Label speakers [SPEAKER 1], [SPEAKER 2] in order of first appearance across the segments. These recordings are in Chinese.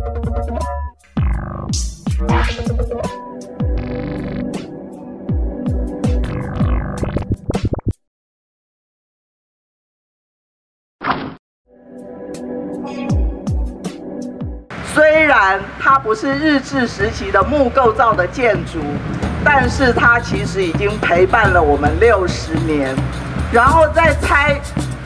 [SPEAKER 1] 虽然它不是日治时期的木构造的建筑，但是它其实已经陪伴了我们60年。然后在拆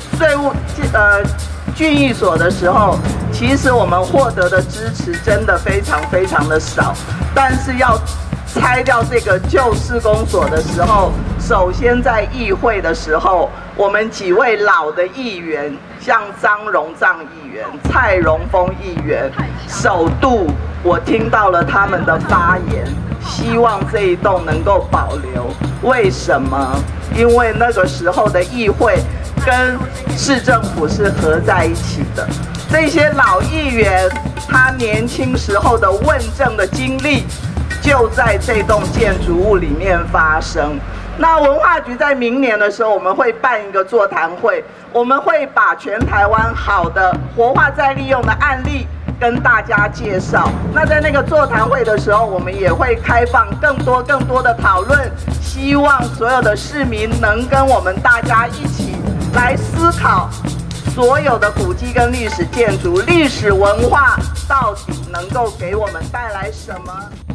[SPEAKER 1] 郡役所的时候，其实我们获得的支持真的非常非常的少。但是要拆掉这个旧市公所的时候，首先在议会的时候，我们几位老的议员，像张荣藏议员、蔡荣丰议员，首度我听到了他们的发言，希望这一栋能够保留。为什么？因为那个时候的议会跟市政府是合在一起的。这些老议员他年轻时候的问政的经历，就在这栋建筑物里面发生。那文化局在明年的时候，我们会办一个座谈会，我们会把全台湾好的活化再利用的案例跟大家介绍。那在那个座谈会的时候，我们也会开放更多的讨论，希望所有的市民能跟我们大家一起来思考所有的古迹跟历史建筑、历史文化到底能够给我们带来什么。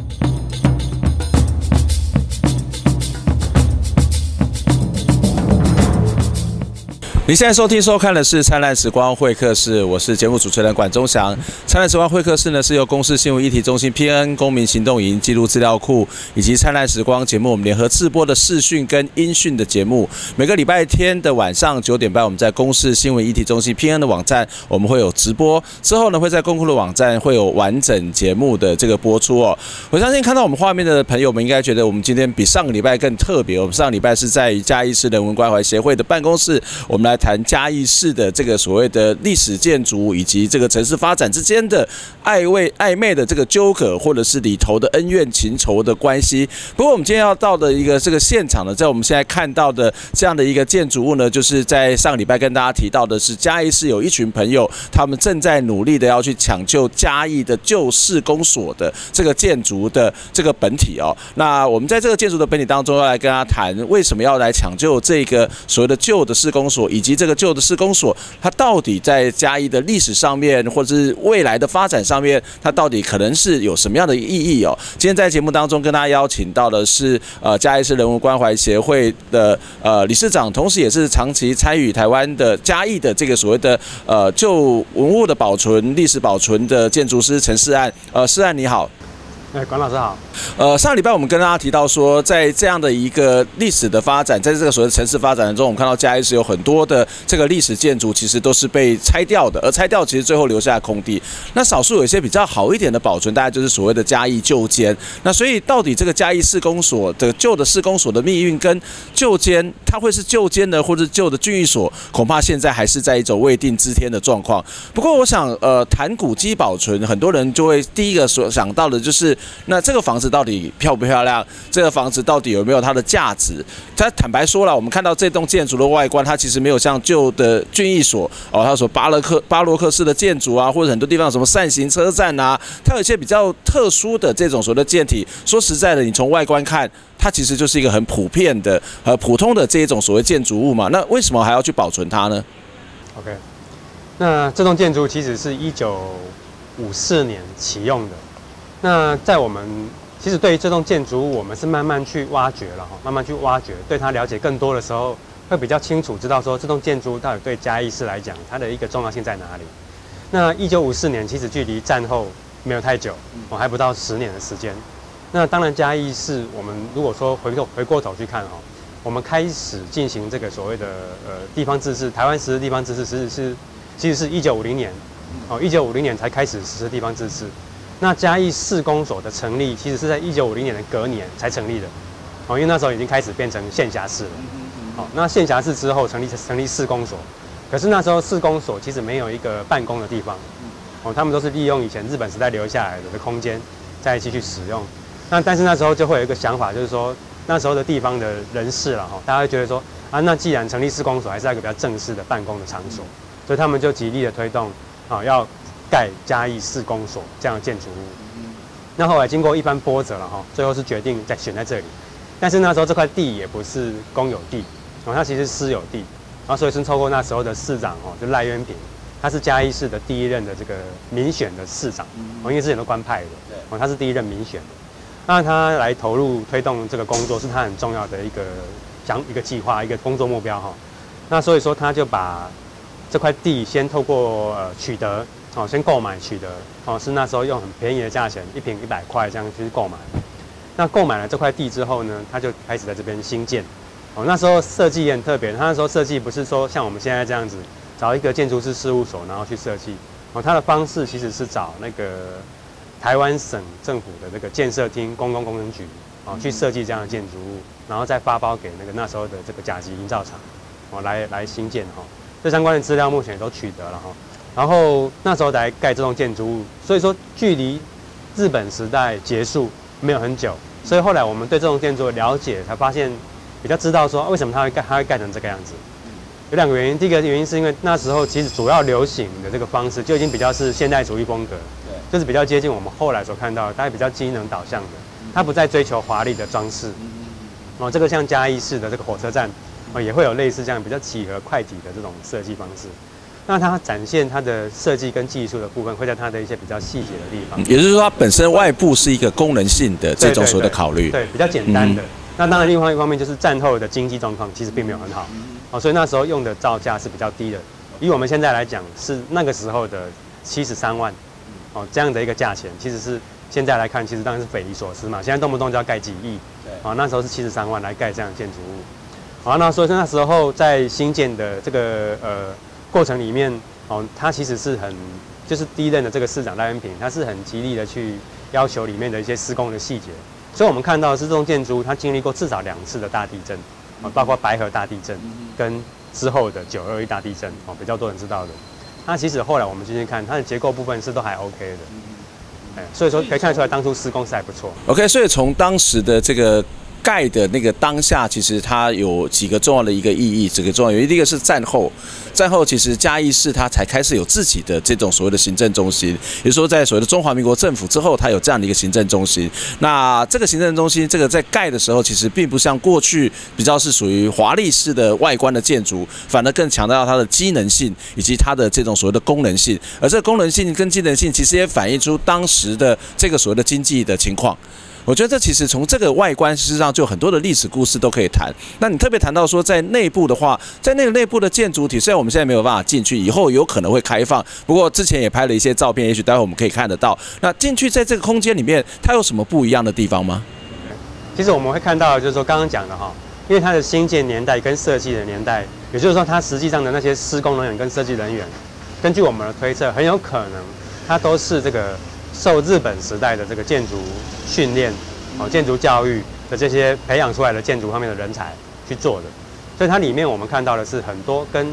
[SPEAKER 2] 您现在收听收看的是灿烂时光会客室，我是节目主持人管中祥。灿烂时光会客室呢，是由公视新闻议题中心 PN 公民行动营记录资料库以及灿烂时光节目我们联合制播的视讯跟音讯的节目。每个礼拜天的晚上9点半，我们在公视新闻议题中心 PN 的网站我们会有直播，之后呢会在公库的网站会有完整节目的这个播出哦。我相信看到我们画面的朋友们应该觉得我们今天比上个礼拜更特别。我们上个礼拜是在嘉义市人文关怀协会的办公室，我们来谈嘉义市的这个所谓的历史建筑以及这个城市发展之间的暧昧的这个纠葛，或者是里头的恩怨情仇的关系。不过我们今天要到的一个这个现场呢，在我们现在看到的这样的一个建筑物呢，就是在上个礼拜跟大家提到的是嘉义市有一群朋友，他们正在努力的要去抢救嘉义的旧市公所的这个建筑的这个本体哦。那我们在这个建筑的本体当中要来跟大家谈，为什么要来抢救这个所谓的旧的市公所，以及这个旧的市公所它到底在嘉义的历史上面，或者是未来的发展上面，它到底可能是有什么样的意义哦？今天在节目当中跟大家邀请到的是嘉义市人文关怀协会的理事长，同时也是长期参与台湾的嘉义的这个所谓的旧文物的保存、历史保存的建筑师陈世安。世安你好。
[SPEAKER 3] 管老师好。
[SPEAKER 2] 上礼拜我们跟大家提到说，在这样的一个历史的发展，在这个所谓的城市发展中，我们看到嘉义市有很多的这个历史建筑，其实都是被拆掉的，而拆掉其实最后留下空地。那少数有一些比较好一点的保存，大概就是所谓的嘉义旧监。那所以到底这个嘉义市公所的旧的市公所的命运跟旧监，它会是旧监呢，或者旧的郡役所，恐怕现在还是在一种未定之天的状况。不过我想，谈古迹保存，很多人就会第一个所想到的就是，那这个房子到底漂不漂亮？这个房子到底有没有它的价值？它坦白说了，我们看到这栋建筑的外观，它其实没有像旧的郡役所它所巴洛克式的建筑啊，或者很多地方有什么扇形车站啊，它有一些比较特殊的这种所谓的建体。说实在的，你从外观看，它其实就是一个很普遍的、普通的这一种所谓建筑物嘛。那为什么还要去保存它呢
[SPEAKER 3] ？OK， 那这栋建筑其实是1954年启用的。那在我们其实对于这栋建筑物，我们是慢慢去挖掘了，慢慢去挖掘，对它了解更多的时候，会比较清楚知道说这栋建筑到底对嘉义市来讲，它的一个重要性在哪里。那1954年其实距离战后没有太久，还不到10年的时间。那当然嘉义市，我们如果说回过头去看我们开始进行这个所谓的地方自治，台湾实施地方自治其实是1950年，1950年才开始实施地方自治。那嘉义市公所的成立，其实是在1950年的隔年才成立的，因为那时候已经开始变成县辖市了。那县辖市之后成立市公所，可是那时候市公所其实没有一个办公的地方，他们都是利用以前日本时代留下来的空间再继续使用。但是那时候就会有一个想法，就是说那时候的地方的人士了大家会觉得说那既然成立市公所，还是要一个比较正式的办公的场所，所以他们就极力的推动要盖嘉义市公所这样的建筑物。那后来经过一番波折了哈，最后是决定选在这里。但是那时候这块地也不是公有地，它其实是私有地，然后所以是透过那时候的市长就赖渊平，他是嘉义市的第一任的这个民选的市长，因为之前都官派的，他是第一任民选的。那他来投入推动这个工作，是他很重要的一个计划，一个工作目标哈。那所以说他就把这块地先透过取得先购买取得是那时候用很便宜的价钱，1坪100块这样去购买。那购买了这块地之后呢，他就开始在这边兴建。那时候设计也很特别，他那时候设计不是说像我们现在这样子找一个建筑师事务所然后去设计，他的方式其实是找那个台湾省政府的这个建设厅公共工程局去设计这样的建筑物，然后再发包给那时候的这个甲级营造厂来兴建这相关的资料目前也都取得了然后那时候来盖这栋建筑物，所以说距离日本时代结束没有很久，所以后来我们对这栋建筑的了解才发现比较知道说为什么它会盖成这个样子。有2个原因，第一个原因是因为那时候其实主要流行的这个方式就已经比较是现代主义风格，就是比较接近我们后来所看到的，大概比较机能导向的，它不再追求华丽的装饰。这个像嘉义市的这个火车站也会有类似这样比较几何快体的这种设计方式。那它展现它的设计跟技术的部分，会在它的一些比较细节的地方。
[SPEAKER 2] 也就是说，它本身外部是一个功能性的这种所谓的考虑，
[SPEAKER 3] 对，比较简单的。那当然，另外一方面就是战后的经济状况其实并没有很好，所以那时候用的造价是比较低的。以我们现在来讲，是那个时候的73万，这样的一个价钱，其实是现在来看，其实当然是匪夷所思嘛。现在动不动就要盖几亿，那时候是73万来盖这样的建筑物。那所以那时候在新建的这个过程里面，他其实是就是第一任的这个市长赖渊平，他是很极力的去要求里面的一些施工的细节。所以我们看到的是这栋建筑物，它经历过至少2次的大地震，包括白河大地震跟之后的921大地震，比较多人知道的。那其实后来我们进去看，它的结构部分是都还 OK 的，所以说可以看得出来当初施工是还不错。
[SPEAKER 2] OK， 所以从当时的这个盖的那个当下，其实它有几个重要的一个意义，几个重要原因。第一个是战后其实嘉义市它才开始有自己的这种所谓的行政中心，也就是说在所谓的中华民国政府之后，它有这样的一个行政中心。那这个行政中心，这个在盖的时候，其实并不像过去比较是属于华丽式的外观的建筑，反而更强调它的机能性以及它的这种所谓的功能性。而这个功能性跟机能性，其实也反映出当时的这个所谓的经济的情况。我觉得这其实从这个外观，事实上就有很多的历史故事都可以谈。那你特别谈到说，在内部的话，在那个内部的建筑体，虽然我们现在没有办法进去，以后有可能会开放，不过之前也拍了一些照片，也许待会我们可以看得到。那进去在这个空间里面，它有什么不一样的地方吗？
[SPEAKER 3] 其实我们会看到，就是说刚刚讲的因为它的兴建年代跟设计的年代，也就是说它实际上的那些施工人员跟设计人员，根据我们的推测，很有可能它都是这个受日本时代的这个建筑训练、建筑教育的这些培养出来的建筑方面的人才去做的，所以它里面我们看到的是很多跟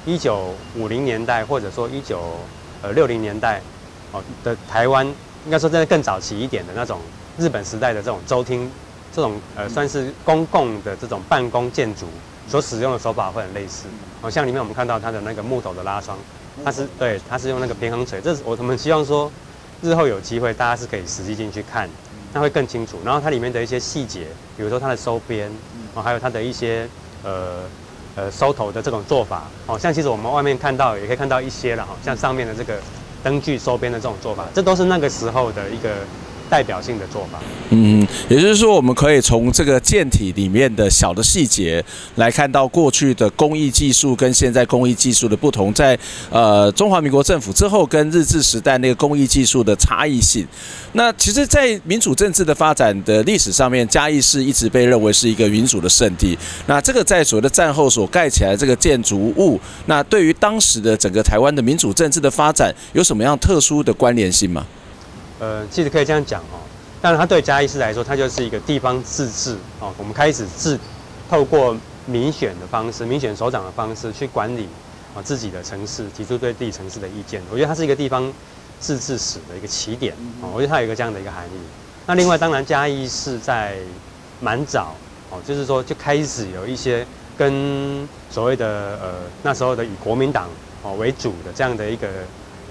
[SPEAKER 3] 1950年代或者说1960年代的台湾，应该说真的更早期一点的那种日本时代的这种州厅，这种算是公共的这种办公建筑所使用的手法会很类似。像里面我们看到它的那个木头的拉窗，它是用那个平衡锤，这是我们希望说日后有机会大家是可以实际进去看，那会更清楚。然后它里面的一些细节，比如说它的收边，还有它的一些收头的这种做法，像其实我们外面看到也可以看到一些了，像上面的这个灯具收边的这种做法，这都是那个时候的一个代表性的做法。
[SPEAKER 2] 也就是说，我们可以从这个建体里面的小的细节来看到过去的工艺技术跟现在工艺技术的不同，在中华民国政府之后跟日治时代那个工艺技术的差异性。那其实，在民主政治的发展的历史上面，嘉义市一直被认为是一个民主的圣地。那这个在所谓的战后所盖起来这个建筑物，那对于当时的整个台湾的民主政治的发展，有什么样特殊的关联性吗？
[SPEAKER 3] 其实可以这样讲当然，它对嘉义市来说，它就是一个地方自治我们开始透过民选的方式、民选首长的方式去管理自己的城市，提出对自己城市的意见。我觉得它是一个地方自治史的一个起点我觉得它有一个这样的一个含义。那另外，当然嘉义市在蛮早就是说就开始有一些跟所谓的那时候的以国民党为主的这样的一个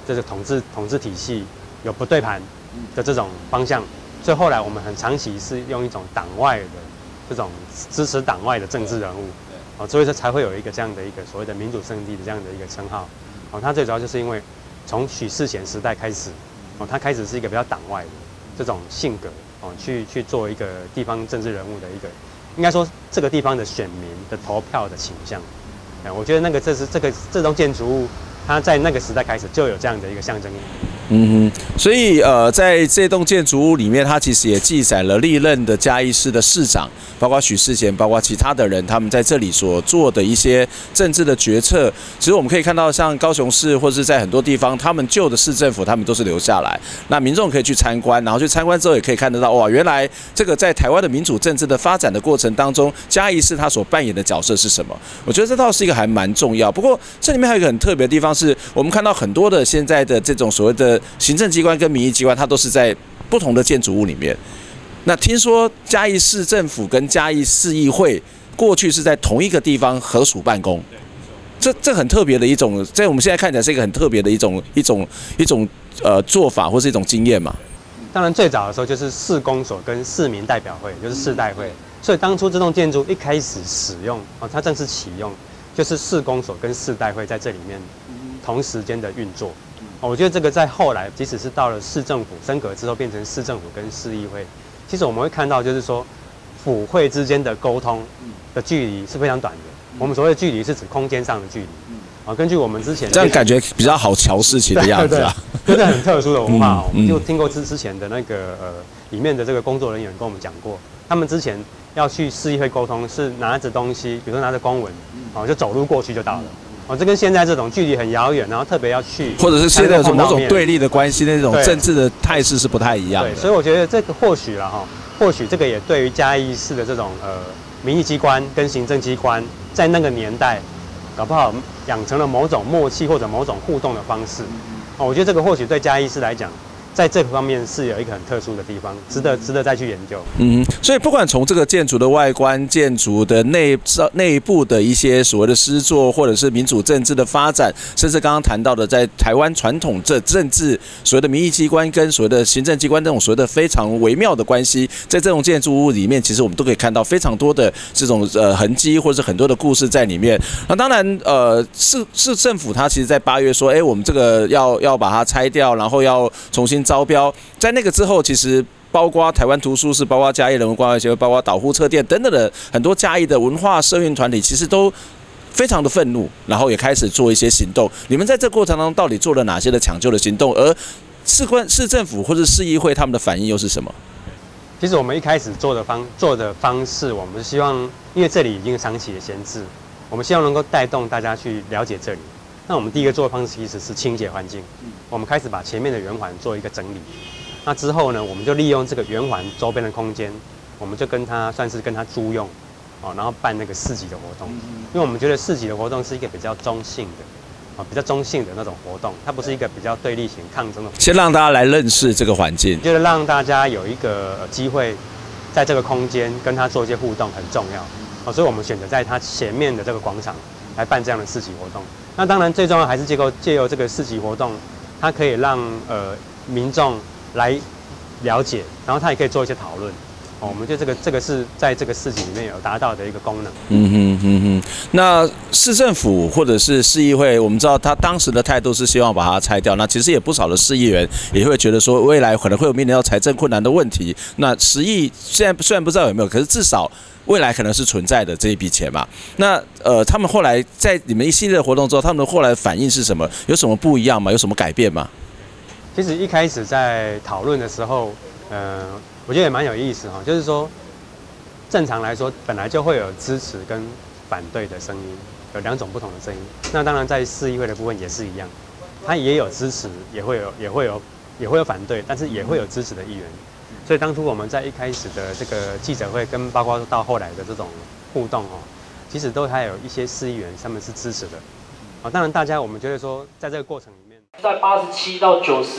[SPEAKER 3] 这个统治体系有不对盘的这种方向，所以后来我们很长期是用一种党外的这种支持党外的政治人物，所以说才会有一个这样的一个所谓的民主圣地的这样的一个称号。它最主要就是因为从许世贤时代开始，他开始是一个比较党外的这种性格，去做一个地方政治人物的一个，应该说这个地方的选民的投票的倾向。我觉得这栋建筑物，它在那个时代开始就有这样的一个象征意义。
[SPEAKER 2] 所以在这栋建筑物里面，它其实也记载了历任的嘉义市的市长，包括许世贤，包括其他的人，他们在这里所做的一些政治的决策。其实我们可以看到，像高雄市或者是在很多地方，他们旧的市政府，他们都是留下来，那民众可以去参观，然后去参观之后也可以看得到，哇，原来这个在台湾的民主政治的发展的过程当中，嘉义市它所扮演的角色是什么？我觉得这倒是一个还蛮重要。不过这里面还有一个很特别的地方是，我们看到很多的现在的这种所谓的行政机关跟民意机关，它都是在不同的建筑物里面。那听说嘉义市政府跟嘉义市议会过去是在同一个地方合署办公，这很特别的一种，在我们现在看起来是一个很特别的一种做法或是一种经验嘛。
[SPEAKER 3] 当然最早的时候就是市公所跟市民代表会，就是市代会。所以当初这栋建筑一开始使用，它正式启用，就是市公所跟市代会在这里面同时间的运作。我觉得这个在后来，即使是到了市政府升格之后，变成市政府跟市议会，其实我们会看到，就是说府会之间的沟通的距离是非常短的。我们所谓的距离是指空间上的距离。根据我们之前
[SPEAKER 2] 这样感觉比较好瞧事情的样子啊，
[SPEAKER 3] 真的很特殊的文化。我们就听过之前的那个里面的这个工作人员跟我们讲过，他们之前要去市议会沟通，是拿着东西，比如说拿着公文，就走路过去就到了。这跟现在这种距离很遥远，然后特别要去，
[SPEAKER 2] 或者是现在有某种对立的关系，那种政治的态势是不太一样的。
[SPEAKER 3] 对，所以我觉得这个或许这个也对于嘉义市的这种民意机关跟行政机关，在那个年代，搞不好养成了某种默契或者某种互动的方式。我觉得这个或许对嘉义市来讲，在这方面是有一个很特殊的地方，值得再去研究。
[SPEAKER 2] 所以不管从这个建筑的外观、建筑的内部的一些所谓的施作，或者是民主政治的发展，甚至刚刚谈到的在台湾传统政治所谓的民意机关跟所谓的行政机关这种所谓的非常微妙的关系，在这种建筑物里面，其实我们都可以看到非常多的这种痕迹，或者是很多的故事在里面。那当然，市政府它其实在8月说，我们这个要把它拆掉，然后要重新招标，在那个之后，其实包括台湾图书室、包括嘉义人文关怀协会、包括岛户车店等等的很多嘉义的文化社运团体，其实都非常的愤怒，然后也开始做一些行动。你们在这个过程当中到底做了哪些的抢救的行动？而市政府或者市议会他们的反应又是什么？
[SPEAKER 3] 其实我们一开始做的方式，我们是希望，因为这里已经长期的闲置，我们希望能够带动大家去了解这里。那我们第一个做的方式其实是清洁环境，我们开始把前面的圆环做一个整理。那之后呢，我们就利用这个圆环周边的空间，我们就算是跟他租用，然后办那个市集的活动。因为我们觉得市集的活动是一个比较中性的，比较中性的那种活动，它不是一个比较对立型抗争的活动。
[SPEAKER 2] 先让大家来认识这个环境，
[SPEAKER 3] 觉得让大家有一个机会，在这个空间跟他做一些互动很重要。所以我们选择在他前面的这个广场来办这样的市集活动。那当然最重要还是借由这个市集活动，它可以让民众来了解，然后它也可以做一些讨论。我们觉得这个是在这个市集里面有达到的一个功能。
[SPEAKER 2] 那市政府或者是市议会，我们知道他当时的态度是希望把它拆掉。那其实也不少的市议员也会觉得说，未来可能会有面临到财政困难的问题。那10亿现在虽然不知道有没有，可是至少未来可能是存在的这一笔钱嘛。那他们后来在你们一系列的活动之后，他们的后来的反应是什么？有什么不一样吗？有什么改变吗？
[SPEAKER 3] 其实一开始在讨论的时候，我觉得也蛮有意思就是说，正常来说本来就会有支持跟反对的声音，有2种不同的声音。那当然在市议会的部分也是一样，它也有支持，也会有反对，但是也会有支持的议员。所以当初我们在一开始的这个记者会，跟包括到后来的这种互动其实都还有一些市议员他们是支持的。当然大家我们觉得说，在这个过程里面，
[SPEAKER 4] 在87到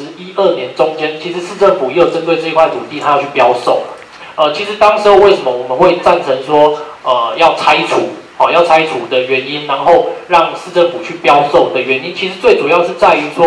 [SPEAKER 4] 92年中间，其实市政府也有针对这块土地，它要去标售。其实当时候为什么我们会赞成说，要拆除的原因，然后让市政府去标售的原因，其实最主要是在于说，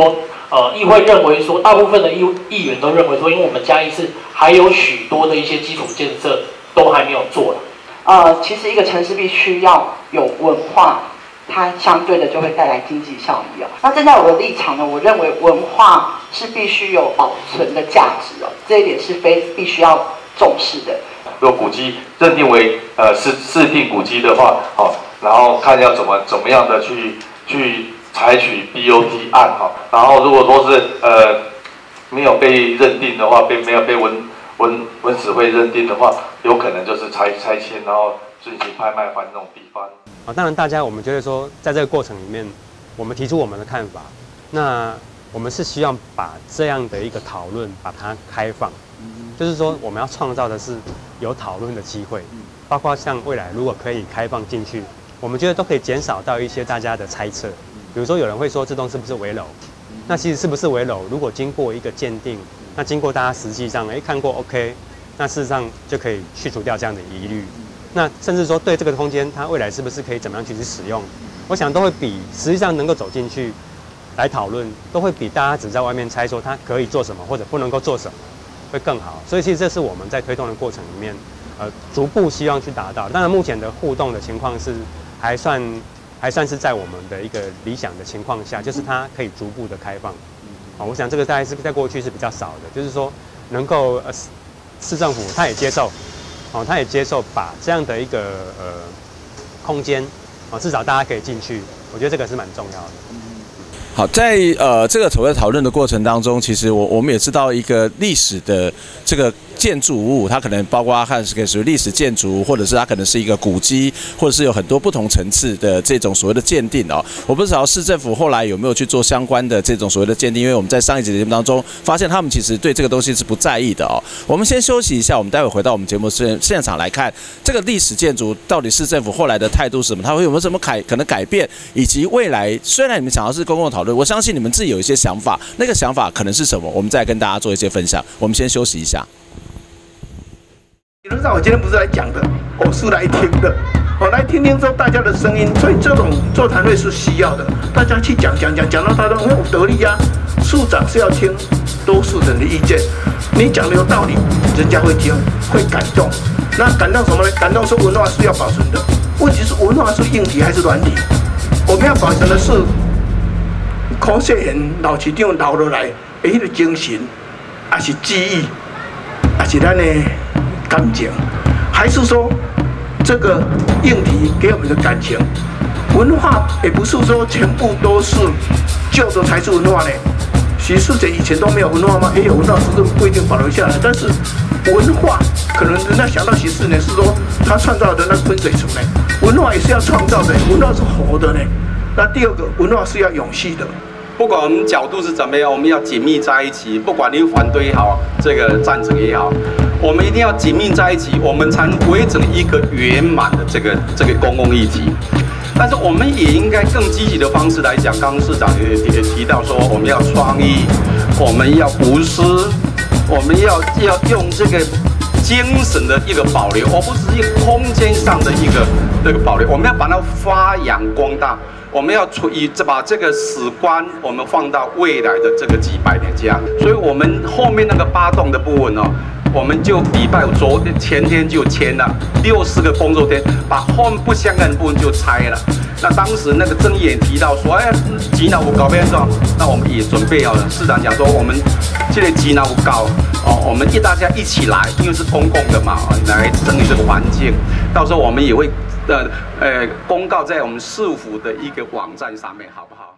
[SPEAKER 4] 议会认为说，大部分的议员都认为说，因为我们嘉义市还有许多的一些基础建设都还没有做了。
[SPEAKER 1] 其实一个城市必须要有文化，它相对的就会带来经济效益哦。那站在我的立场呢，我认为文化是必须有保存的价值哦，这一点是必须要重视的。
[SPEAKER 5] 如果古迹认定为市定古迹的话，然后看要怎么样的去采取 BOT 案然后如果说是没有被认定的话，没有被文史会认定的话，有可能就是拆迁，然后进行拍卖还这种地方。
[SPEAKER 3] 当然我们觉得说，在这个过程里面，我们提出我们的看法，那我们是希望把这样的一个讨论把它开放，就是说我们要创造的是有讨论的机会，包括像未来如果可以开放进去，我们觉得都可以减少到一些大家的猜测。比如说有人会说这栋是不是危楼，那其实是不是危楼，如果经过一个鉴定，那经过大家实际上看过 OK， 那事实上就可以去除掉这样的疑虑。那甚至说对这个空间，它未来是不是可以怎么样去使用，我想都会比实际上能够走进去来讨论，都会比大家只在外面猜说它可以做什么或者不能够做什么会更好。所以其实这是我们在推动的过程里面，逐步希望去达到。当然目前的互动的情况是还算是在我们的一个理想的情况下，就是它可以逐步的开放。我想这个大概是在过去是比较少的，就是说能够市政府他也接受，他也接受把这样的一个空间，至少大家可以进去，我觉得这个是蛮重要的。
[SPEAKER 2] 好，在这个所谓讨论的过程当中，其实我们也知道一个历史的这个建筑物，它可能包括它是属于历史建筑，或者是它可能是一个古迹，或者是有很多不同层次的这种所谓的鉴定哦。我不知道市政府后来有没有去做相关的这种所谓的鉴定，因为我们在上一集的节目当中发现他们其实对这个东西是不在意的哦。我们先休息一下，我们待会回到我们节目现场来看这个历史建筑到底市政府后来的态度是什么，它会有没有什么可能改变，以及未来虽然你们讲的是公共讨论，我相信你们自己有一些想法，那个想法可能是什么，我们再跟大家做一些分享。我们先休息一下。
[SPEAKER 6] 理论上，我今天不是来讲的，我是来听的。来听听说大家的声音，所以这种座谈会是需要的。大家去讲到大家很有得力啊。处长是要听多数人的意见，你讲的有道理，人家会听，会感动。那感动什么呢？感动说文化是要保存的。问题是文化是硬体还是软体？我们要保存的是柯世贤老市长留落来的迄个精神，还是记忆，还是咱的感情，还是说这个硬体给我们的感情？文化也不是说全部都是旧的才是文化呢。许世杰以前都没有文化吗？也有文化，只是不一定保留下来。但是文化可能人家想到许世杰是说他创造的那个分水处呢，文化也是要创造的，文化是活的呢。那第二个，文化是要永续的。
[SPEAKER 7] 不管我们角度是怎么样，我们要紧密在一起。不管你反对也好，这个赞成也好，我们一定要紧密在一起，我们才能围成一个圆满的这个公共议题。但是我们也应该更积极的方式来讲。刚刚市长也提到说，我们要创意，我们要无私，我们要用这个精神的一个保留，而不是一个空间上的一个保留。我们要把它发扬光大。我们要把这个史观，我们放到未来的这个几百年这样。所以我们后面那个8栋的部分哦，我们就礼拜五前天就签了60个工作天，把后面不相干的部分就拆了。那当时那个郑议员提到说，吉拿有搞变状，那我们也准备要市长讲说，我们这个吉拿有搞哦，我们大家一起来，因为是公共的嘛，来整理这个环境。到时候我们也会公告在我们市府的一个网站上面，好不好？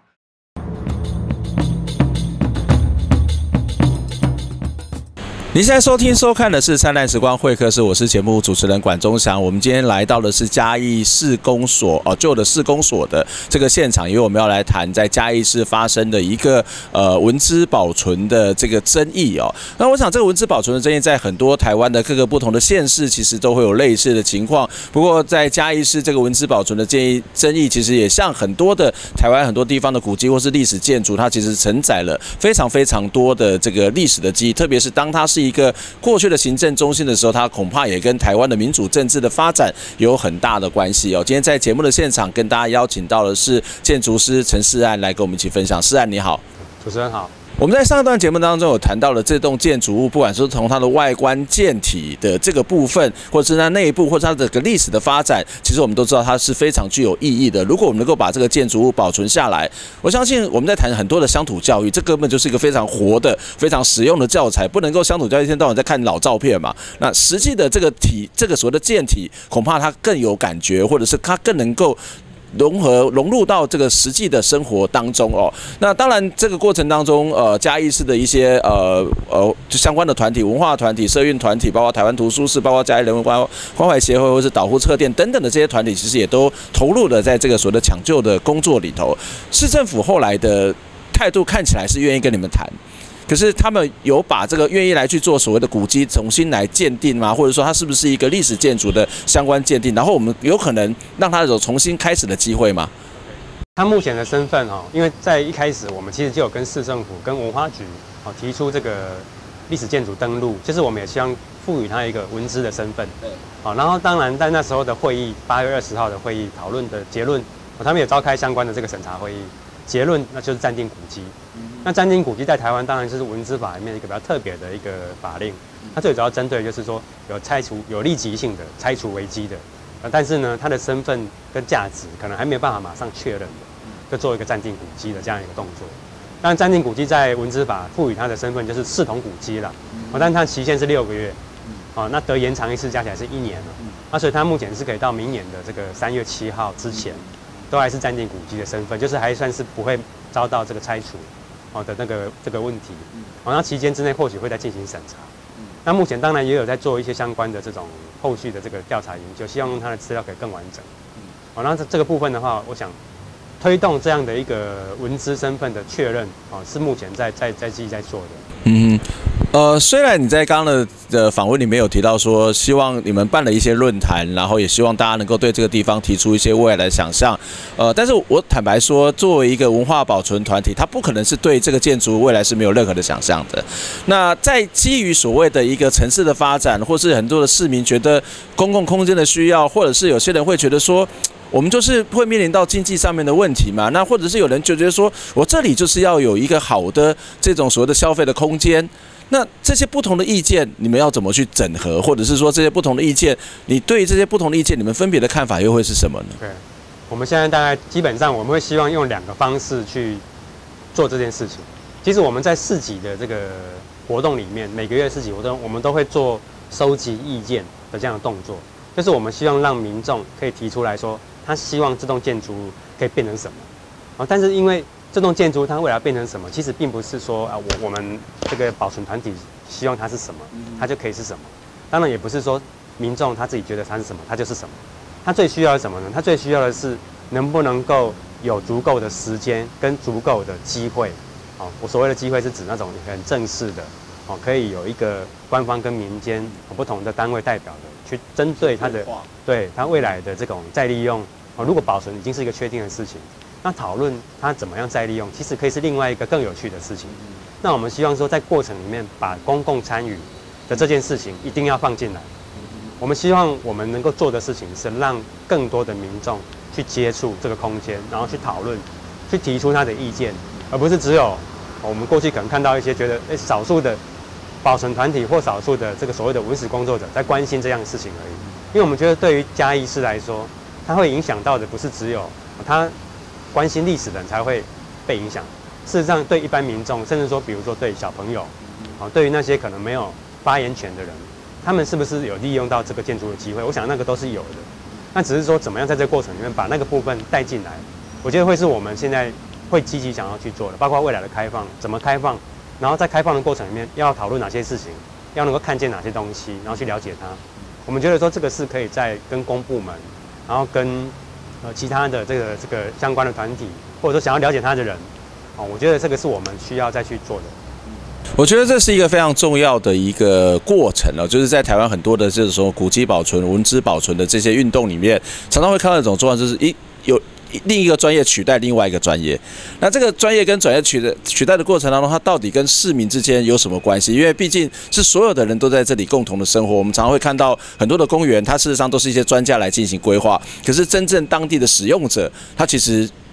[SPEAKER 2] 您现在收听收看的是灿烂时光会客室，我是节目主持人管中祥。我们今天来到的是嘉义市公所旧的市公所的这个现场，因为我们要来谈在嘉义市发生的一个文资保存的这个争议哦。那我想这个文资保存的争议，在很多台湾的各个不同的县市，其实都会有类似的情况。不过在嘉义市这个文资保存的争议，其实也像很多的台湾很多地方的古迹或是历史建筑，它其实承载了非常非常多的这个历史的记忆，特别是当它是一个过去的行政中心的时候，它恐怕也跟台湾的民主政治的发展有很大的关系哦。今天在节目的现场跟大家邀请到的是建筑师陈世安来跟我们一起分享。世安你好。
[SPEAKER 3] 主持人好。
[SPEAKER 2] 我们在上一段节目当中有谈到了这栋建筑物，不管是从它的外观建体的这个部分，或者是它内部，或者它的历史的发展，其实我们都知道它是非常具有意义的。如果我们能够把这个建筑物保存下来，我相信我们在谈很多的乡土教育，这根本就是一个非常活的、非常实用的教材，不能够乡土教育一天到晚在看老照片嘛。那实际的这个所谓的建体，恐怕它更有感觉，或者是它更能够融入到这个实际的生活当中哦。那当然，这个过程当中，嘉义市的一些就相关的团体、文化团体、社运团体，包括台湾图书室，包括嘉义人文关怀协会，或是岛呼车店等等的这些团体，其实也都投入了在这个所谓的抢救的工作里头。市政府后来的态度看起来是愿意跟你们谈。可是他们有把这个愿意来去做所谓的古迹重新来鉴定吗？或者说它是不是一个历史建筑的相关鉴定？然后我们有可能让它有重新开始的机会吗？
[SPEAKER 3] 他目前的身份因为在一开始我们其实就有跟市政府、跟文化局提出这个历史建筑登录，就是我们也希望赋予它一个文资的身份。然后当然在那时候的会议，8月20号的会议讨论的结论，他们也召开相关的这个审查会议，结论那就是暂定古迹。那暂定古迹在台湾当然就是文资法里面一个比较特别的一个法令，它最主要针对就是说有立即性的拆除危机的，但是呢它的身份跟价值可能还没有办法马上确认的，就做一个暂定古迹的这样一个动作。当然暂定古迹在文资法赋予它的身份就是视同古迹啦，但它期限是6个月，那得延长一次加起来是1年了，那所以它目前是可以到明年的这个3月7号之前，都还是暂定古迹的身份，就是还算是不会遭到这个拆除的这个问题，那期间之内或许会再进行审查。那目前当然也有在做一些相关的这种后续的这个调查研究，希望用它的资料可以更完整。那这个部分的话，我想推动这样的一个文资身份的确认，是目前在积极在做的。
[SPEAKER 2] 虽然你在刚刚的访问里面有提到说，希望你们办了一些论坛，然后也希望大家能够对这个地方提出一些未来的想象。但是我坦白说，作为一个文化保存团体，它不可能是对这个建筑未来是没有任何的想象的。那在基于所谓的一个城市的发展，或是很多的市民觉得公共空间的需要，或者是有些人会觉得说，我们就是会面临到经济上面的问题嘛。那或者是有人就觉得说，我这里就是要有一个好的这种所谓的消费的空间。那这些不同的意见，你们要怎么去整合？或者是说这些不同的意见，你对这些不同的意见，你们分别的看法又会是什么呢？
[SPEAKER 3] 对，我们现在大概基本上我们会希望用2个方式去做这件事情。其实我们在市集的这个活动里面，每个月市集活动，我们都会做收集意见的这样的动作，就是我们希望让民众可以提出来说，他希望这栋建筑物可以变成什么。但是因为这栋建筑它未来变成什么，其实并不是说我们这个保存团体希望它是什么，它就可以是什么。当然也不是说民众他自己觉得它是什么，它就是什么。他最需要的是什么呢？他最需要的是能不能够有足够的时间跟足够的机会。我所谓的机会是指那种很正式的，可以有一个官方跟民间不同的单位代表的，去针对它的对它未来的这种再利用。如果保存已经是一个确定的事情，那讨论它怎么样再利用，其实可以是另外一个更有趣的事情。那我们希望说，在过程里面把公共参与的这件事情一定要放进来。我们希望我们能够做的事情是让更多的民众去接触这个空间，然后去讨论，去提出他的意见，而不是只有我们过去可能看到一些觉得少数的保存团体或少数的这个所谓的文史工作者在关心这样的事情而已。因为我们觉得对于嘉义市来说，它会影响到的不是只有他关心历史的人才会被影响，事实上对一般民众，甚至说比如说对小朋友，对于那些可能没有发言权的人，他们是不是有利用到这个建筑的机会？我想那个都是有的。那只是说怎么样在这个过程里面把那个部分带进来，我觉得会是我们现在会积极想要去做的，包括未来的开放，怎么开放，然后在开放的过程里面要讨论哪些事情，要能够看见哪些东西，然后去了解它。我们觉得说这个是可以在跟公部门，然后跟其他的这个相关的团体，或者说想要了解它的人，我觉得这个是我们需要再去做的。
[SPEAKER 2] 我觉得这是一个非常重要的一个过程了，就是在台湾很多的这种古迹保存、文资保存的这些运动里面，常常会看到一种状况，就是有另一个专业取代另外一个专业。那这个专业跟专业取代的过程当中，它到底跟市民之间有什么关系？因为毕竟是所有的人都在这里共同的生活。我们常常会看到很多的公园，它事实上都是一些专家来进行规划，可是真正当地的使用者，他其实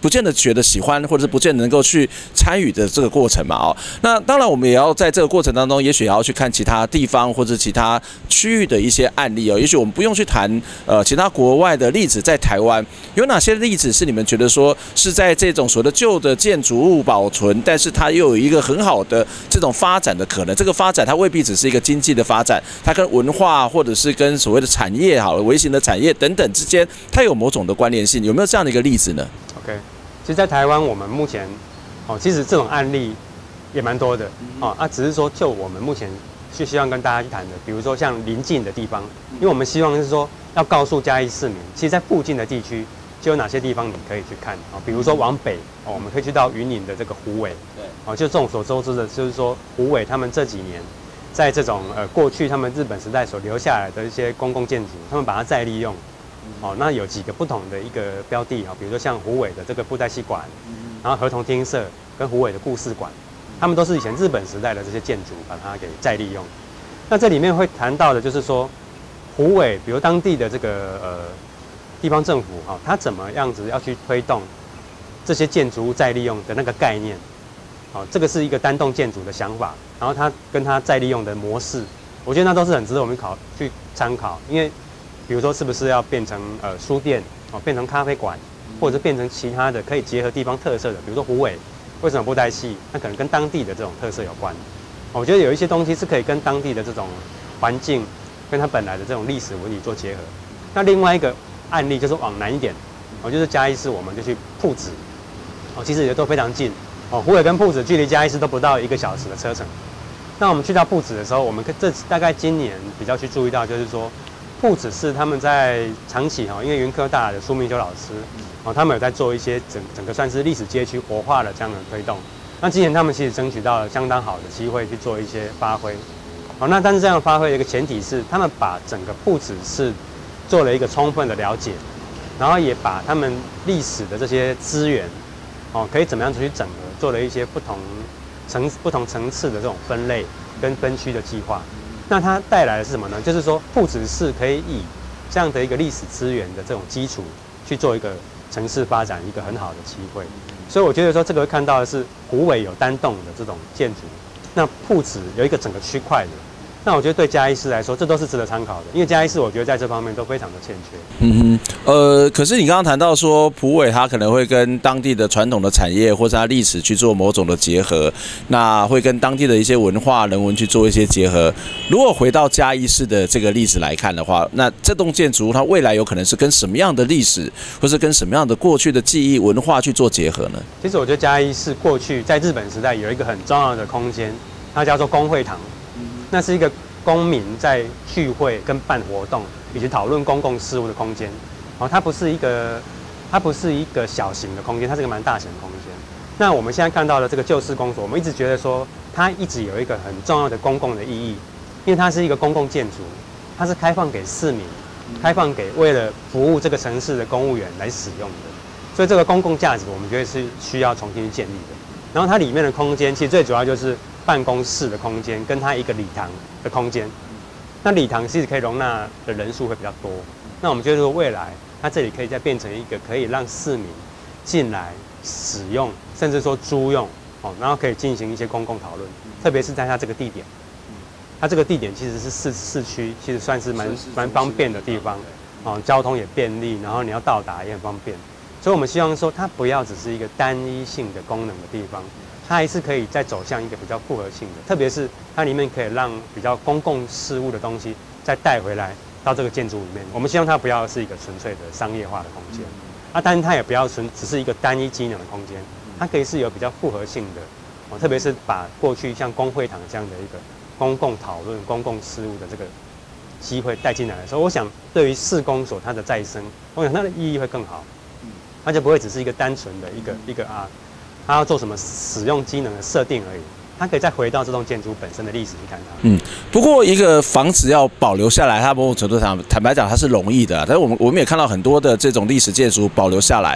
[SPEAKER 2] 不见得觉得喜欢，或者是不见得能够去参与的这个过程嘛哦。那当然，我们也要在这个过程当中，也许也要去看其他地方或者其他区域的一些案例哦。也许我们不用去谈其他国外的例子，在台湾有哪些例子是你们觉得说是在这种所谓的旧的建筑物保存，但是它又有一个很好的这种发展的可能？这个发展它未必只是一个经济的发展，它跟文化或者是跟所谓的产业好了，微型的产业等等之间，它有某种的关联性，有没有这样的一个例子呢
[SPEAKER 3] ？OK， 其实，在台湾我们目前其实这种案例也蛮多的只是说就我们目前是希望跟大家去谈的，比如说像邻近的地方，因为我们希望是说要告诉嘉义市民，其实在附近的地区就有哪些地方你可以去看比如说往北我们可以去到云林的这个虎尾，对就众所周知的，就是说虎尾他们这几年在这种过去他们日本时代所留下来的一些公共建筑，他们把它再利用那有几个不同的一个标的比如说像虎尾的这个布袋戏馆，然后合同厅舍跟虎尾的故事馆，他们都是以前日本时代的这些建筑，把它给再利用。那这里面会谈到的就是说，虎尾，比如当地的这个地方政府它怎么样子要去推动这些建筑物再利用的那个概念，这个是一个单栋建筑的想法，然后它跟它再利用的模式，我觉得那都是很值得我们去参考，因为比如说是不是要变成书店变成咖啡馆，或者变成其他的可以结合地方特色的，比如说虎尾为什么布袋戏，那可能跟当地的这种特色有关。我觉得有一些东西是可以跟当地的这种环境，跟它本来的这种历史文理做结合。那另外一个案例就是往南一点，就是嘉义市，我们就去朴子，其实也都非常近，虎尾跟朴子距离嘉义市都不到1个小时的车程。那我们去到朴子的时候，我们这大概今年比较去注意到，就是说朴子是他们在长期因为云科大的苏明修老师他们有在做一些整个算是历史街区活化的这样的推动。那今年他们其实争取到了相当好的机会去做一些发挥。那但是这样的发挥的一个前提是，他们把整个朴子是做了一个充分的了解，然后也把他们历史的这些资源可以怎么样去整合，做了一些不同层次的这种分类跟分区的计划。那它带来的是什么呢？就是说朴子是可以以这样的一个历史资源的这种基础去做一个城市发展一个很好的机会。所以我觉得说这个会看到的是虎尾有单栋的这种建筑，那朴子有一个整个区块的。那我觉得对嘉义市来说，这都是值得参考的，因为嘉义市我觉得在这方面都非常的欠缺。
[SPEAKER 2] 可是你刚刚谈到说埔尾它可能会跟当地的传统的产业或者它历史去做某种的结合，那会跟当地的一些文化人文去做一些结合。如果回到嘉义市的这个例子来看的话，那这栋建筑它未来有可能是跟什么样的历史，或是跟什么样的过去的记忆文化去做结合呢？
[SPEAKER 3] 其实我觉得嘉义市过去在日本时代有一个很重要的空间，它叫做公会堂。那是一个公民在聚会跟办活动以及讨论公共事务的空间，它不是一个小型的空间，它是一个蛮大型的空间。那我们现在看到的这个旧市公所，我们一直觉得说它一直有一个很重要的公共的意义，因为它是一个公共建筑，它是开放给市民，开放给为了服务这个城市的公务员来使用的，所以这个公共价值我们觉得是需要重新去建立的。然后它里面的空间其实最主要就是办公室的空间跟它一个礼堂的空间，那礼堂其实可以容纳的人数会比较多。那我们觉得说未来它这里可以再变成一个可以让市民进来使用，甚至说租用然后可以进行一些公共讨论，特别是在它这个地点，它这个地点其实是市区，其实算是蛮方便的地方交通也便利，然后你要到达也很方便。所以我们希望说它不要只是一个单一性的功能的地方，它还是可以再走向一个比较复合性的，特别是它里面可以让比较公共事务的东西再带回来到这个建筑里面。我们希望它不要是一个纯粹的商业化的空间，但是它也不要只是一个单一机能的空间，它可以是有比较复合性的特别是把过去像公会堂这样的一个公共讨论、公共事务的这个机会带进来的时候，我想对于市公所它的再生，我想它的意义会更好。它就不会只是一个单纯的一个它要做什么使用机能的设定而已，它可以再回到这栋建筑本身的历史去看它。
[SPEAKER 2] 不过一个房子要保留下来，它某种程度上坦白讲它是容易的，但是我们也看到很多的这种历史建筑保留下来，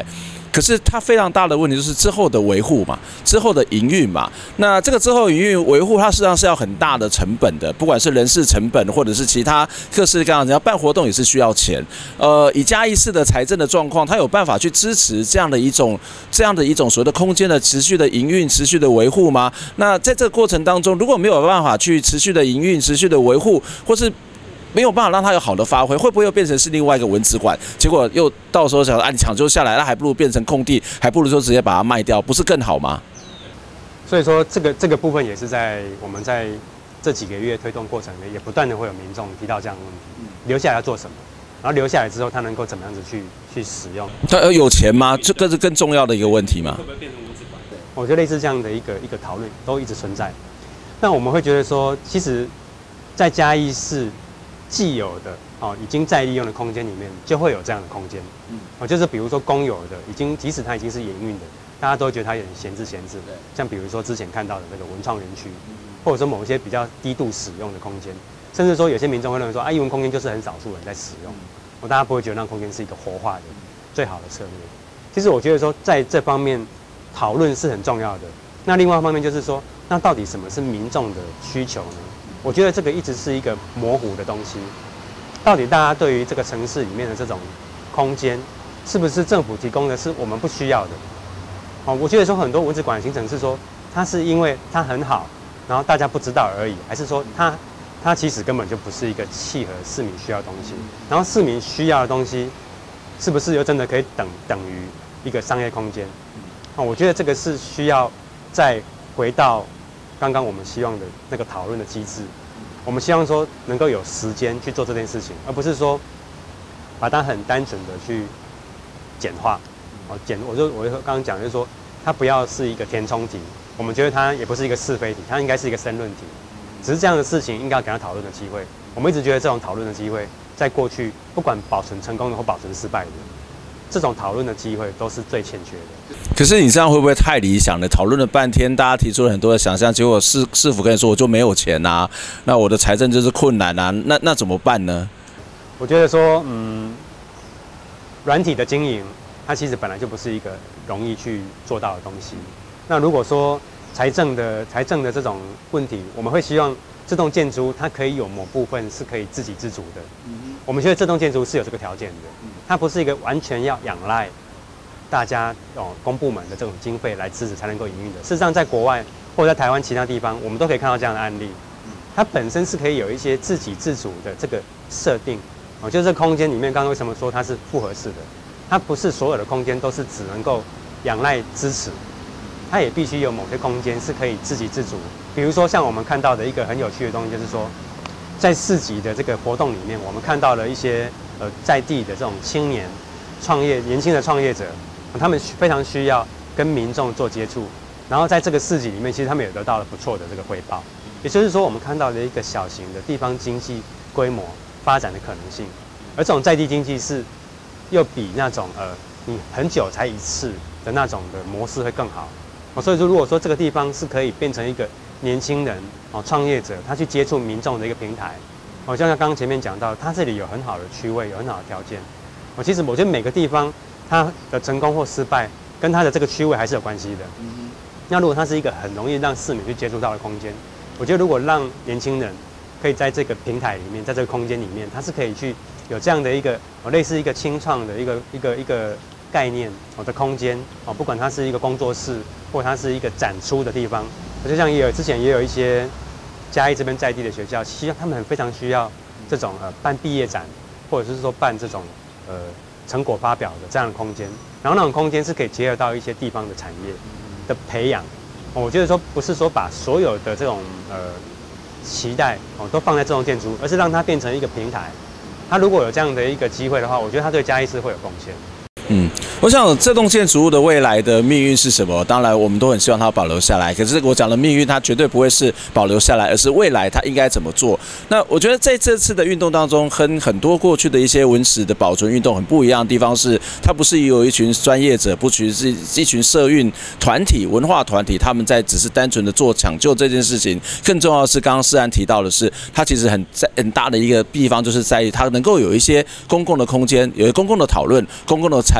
[SPEAKER 2] 可是它非常大的问题就是之后的维护嘛，之后的营运嘛。那这个之后营运维护，它实际上是要很大的成本的，不管是人事成本，或者是其他各式各样，你要办活动也是需要钱。以嘉义市的财政的状况，它有办法去支持这样的一种所谓的空间的持续的营运、持续的维护吗？那在这个过程当中，如果没有办法去持续的营运、持续的维护，或是没有办法让它有好的发挥，会不会又变成是另外一个文资馆？结果又到时候想你抢救下来，那还不如变成空地，还不如说直接把它卖掉，不是更好吗？
[SPEAKER 3] 所以说这个部分也是我们在这几个月推动过程里面，也不断的会有民众提到这样的问题，留下来要做什么？然后留下来之后，他能够怎么样子去使用？
[SPEAKER 2] 他有钱吗？这个是更重要的一个问题吗？
[SPEAKER 3] 会不会变成文资馆？我觉得类似这样的一个讨论都一直存在。那我们会觉得说，其实，在嘉义市既有的已经在利用的空间里面，就会有这样的空间。就是比如说公有的，即使它已经是营运的，大家都觉得它有点闲置。像比如说之前看到的那个文创园区，或者说某一些比较低度使用的空间，甚至说有些民众会认为说，艺文空间就是很少数人在使用，大家不会觉得那空间是一个活化的最好的策略。其实我觉得说，在这方面讨论是很重要的。那另外一方面就是说，那到底什么是民众的需求呢？我觉得这个一直是一个模糊的东西。到底大家对于这个城市里面的这种空间，是不是政府提供的是我们不需要的？我觉得说很多文资馆的形成是说，它是因为它很好，然后大家不知道而已，还是说它其实根本就不是一个契合市民需要的东西？然后市民需要的东西，是不是又真的可以等于一个商业空间？我觉得这个是需要再回到刚刚我们希望的那个讨论的机制。我们希望说能够有时间去做这件事情，而不是说把它很单纯的去简化。我刚刚讲就是说，它不要是一个填充题，我们觉得它也不是一个是非题，它应该是一个申论题。只是这样的事情应该要给他讨论的机会。我们一直觉得这种讨论的机会，在过去不管保存成功的或保存失败的，这种讨论的机会都是最欠缺的。
[SPEAKER 2] 可是你这样会不会太理想了？讨论了半天，大家提出了很多的想象，结果市府跟你说我就没有钱啊，那我的财政就是困难啊，那怎么办呢？我
[SPEAKER 3] 觉得说，软体的经营，它其实本来就不是一个容易去做到的东西。那如果说财政的这种问题，我们会希望这栋建筑它可以有某部分是可以自给自足的。我们觉得这栋建筑是有这个条件的，它不是一个完全要仰赖大家公部门的这种经费来支持才能够营运的。事实上，在国外或者在台湾其他地方，我们都可以看到这样的案例。它本身是可以有一些自给自足的这个设定。就是这空间里面，刚刚为什么说它是复合式的？它不是所有的空间都是只能够仰赖支持，它也必须有某些空间是可以自给自足。比如说，像我们看到的一个很有趣的东西，就是说，在市集的这个活动里面，我们看到了一些在地的这种青年年轻的创业者，他们非常需要跟民众做接触，然后在这个市集里面，其实他们也得到了不错的这个回报。也就是说，我们看到的一个小型的地方经济规模发展的可能性，而这种在地经济是又比那种你很久才一次的那种的模式会更好。所以说，如果说这个地方是可以变成一个年轻人创业者他去接触民众的一个平台，像刚刚前面讲到，它这里有很好的区位，有很好的条件。其实我觉得每个地方它的成功或失败跟它的这个区位还是有关系的。那如果它是一个很容易让市民去接触到的空间，我觉得如果让年轻人可以在这个平台里面，在这个空间里面，它是可以去有这样的一个类似一个青创的一个概念的空间不管它是一个工作室或它是一个展出的地方，就像之前也有一些嘉义这边在地的学校，他们非常需要这种办毕业展，或者是说办这种成果发表的这样的空间，然后那种空间是可以结合到一些地方的产业的培养。我觉得说不是说把所有的这种期待都放在这栋建筑，而是让它变成一个平台。它如果有这样的一个机会的话，我觉得它对嘉义市会有贡献。
[SPEAKER 2] 我想这栋建筑物的未来的命运是什么？当然，我们都很希望它保留下来。可是我讲的命运，它绝对不会是保留下来，而是未来它应该怎么做。那我觉得在这次的运动当中，跟很多过去的一些文史的保存运动很不一样的地方是，它不是有一群专业者，不只是一群社运团体、文化团体，他们在只是单纯的做抢救这件事情。更重要的是，刚刚世安提到的是，它其实很大的一个地方，就是在于它能够有一些公共的空间，有一些公共的讨论、公共的参与。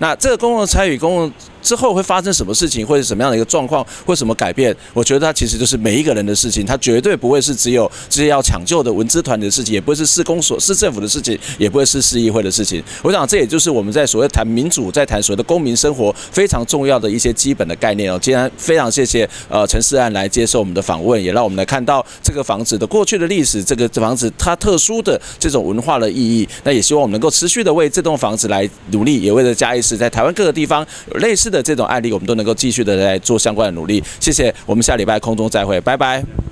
[SPEAKER 2] 那这个公共参与、公共之后会发生什么事情，或者什么样的一个状况，或什么改变？我觉得它其实就是每一个人的事情，它绝对不会是只有这些要抢救的文资团的事情，也不会是市公所、市政府的事情，也不会是市议会的事情。我想这也就是我们在所谓谈民主，在谈所谓的公民生活非常重要的一些基本的概念哦。今天非常谢谢陈世安来接受我们的访问，也让我们来看到这个房子的过去的历史，这个房子它特殊的这种文化的意义。那也希望我们能够持续的为这栋房子来努力，也为了嘉义市在台湾各个地方有类似的这种案例，我们都能够继续的来做相关的努力。谢谢，我们下礼拜空中再会，拜拜。